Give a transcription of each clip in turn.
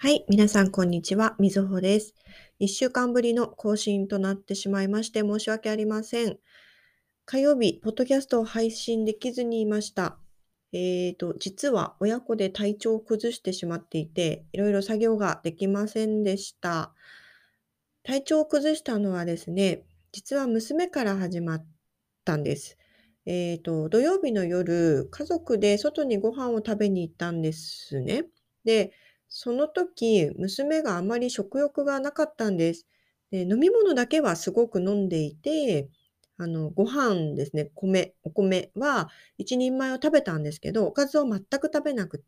はい、皆さんこんにちは、みずほです。1週間ぶりの更新となってしまいまして申し訳ありません。火曜日、ポッドキャストを配信できずにいました。実は親子で体調を崩してしまっていて、いろいろ作業ができませんでした。体調を崩したのはですね、実は娘から始まったんです。土曜日の夜、家族で外にご飯を食べに行ったんですね。で、その時、娘があまり食欲がなかったんです。で、飲み物だけはすごく飲んでいて、ご飯ですね、お米は一人前を食べたんですけど、おかずを全く食べなくって、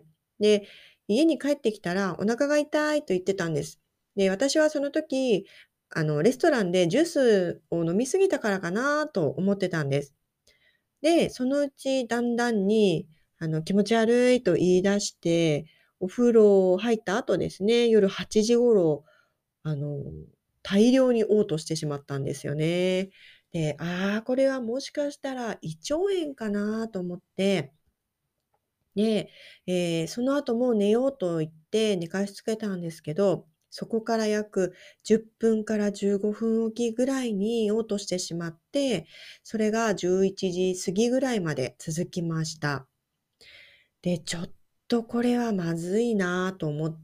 で、家に帰ってきたらお腹が痛いと言ってたんです。で、私はその時、レストランでジュースを飲み過ぎたからかなと思ってたんです。で、そのうちだんだんに、気持ち悪いと言い出して、お風呂入った後ですね、夜8時頃、あの、大量に嘔吐してしまったんですよね。で、これはもしかしたら胃腸炎かなと思って、で、その後もう寝ようと言って寝かしつけたんですけど、そこから約10分から15分おきぐらいに嘔吐してしまって、それが11時過ぎぐらいまで続きました。で、ちょっとこれはまずいなと思って、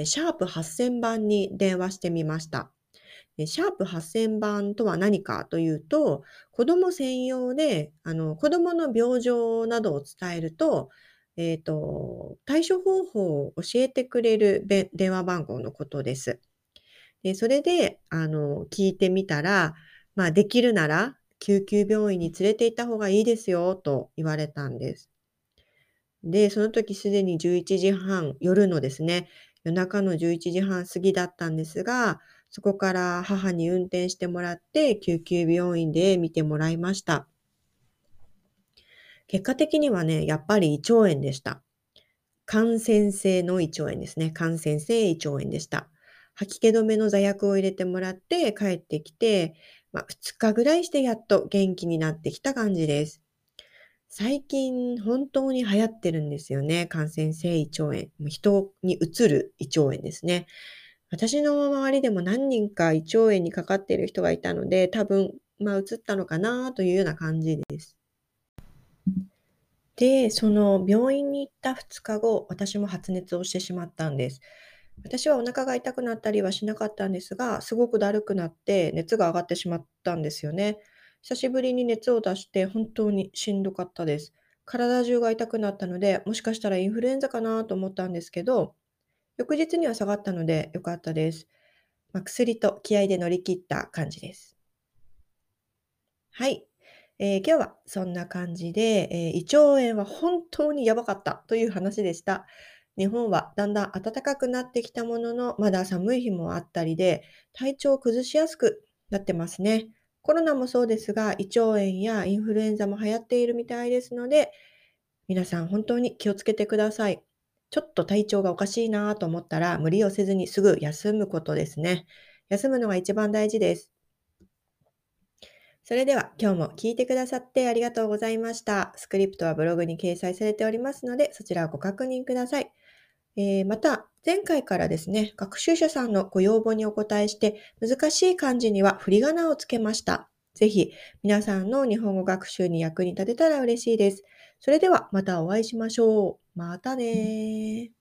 シャープ8000番に電話してみました。で、シャープ8000番とは何かというと、子供専用で、子供の病状などを伝えると、対処方法を教えてくれる電話番号のことです。で、それで、聞いてみたら、できるなら救急病院に連れて行った方がいいですよと言われたんです。で、その時すでに11時半、夜のですね、夜中の11時半過ぎだったんですが、そこから母に運転してもらって救急病院で見てもらいました。結果的にはね、やっぱり胃腸炎でした。感染性の胃腸炎ですね。感染性胃腸炎でした。吐き気止めの座薬を入れてもらって帰ってきて、2日ぐらいしてやっと元気になってきた感じです。最近本当に流行ってるんですよね。感染性胃腸炎。人にうつる胃腸炎ですね。私の周りでも何人か胃腸炎にかかっている人がいたので、多分、うつったのかなというような感じです。で、その病院に行った2日後、私も発熱をしてしまったんです。私はお腹が痛くなったりはしなかったんですが、すごくだるくなって熱が上がってしまったんですよね。久しぶりに熱を出して本当にしんどかったです。体中が痛くなったので、もしかしたらインフルエンザかなと思ったんですけど、翌日には下がったので良かったです。薬と気合で乗り切った感じです。はい。今日はそんな感じで、胃腸炎は本当にやばかったという話でした。日本はだんだん暖かくなってきたものの、まだ寒い日もあったりで、体調を崩しやすくなってますね。コロナもそうですが、胃腸炎やインフルエンザも流行っているみたいですので、皆さん本当に気をつけてください。ちょっと体調がおかしいなと思ったら、無理をせずにすぐ休むことですね。休むのが一番大事です。それでは今日も聞いてくださってありがとうございました。スクリプトはブログに掲載されておりますので、そちらをご確認ください。また、前回からですね、学習者さんのご要望にお答えして、難しい漢字には振り仮名をつけました。ぜひ、皆さんの日本語学習に役に立てたら嬉しいです。それでは、またお会いしましょう。またねー。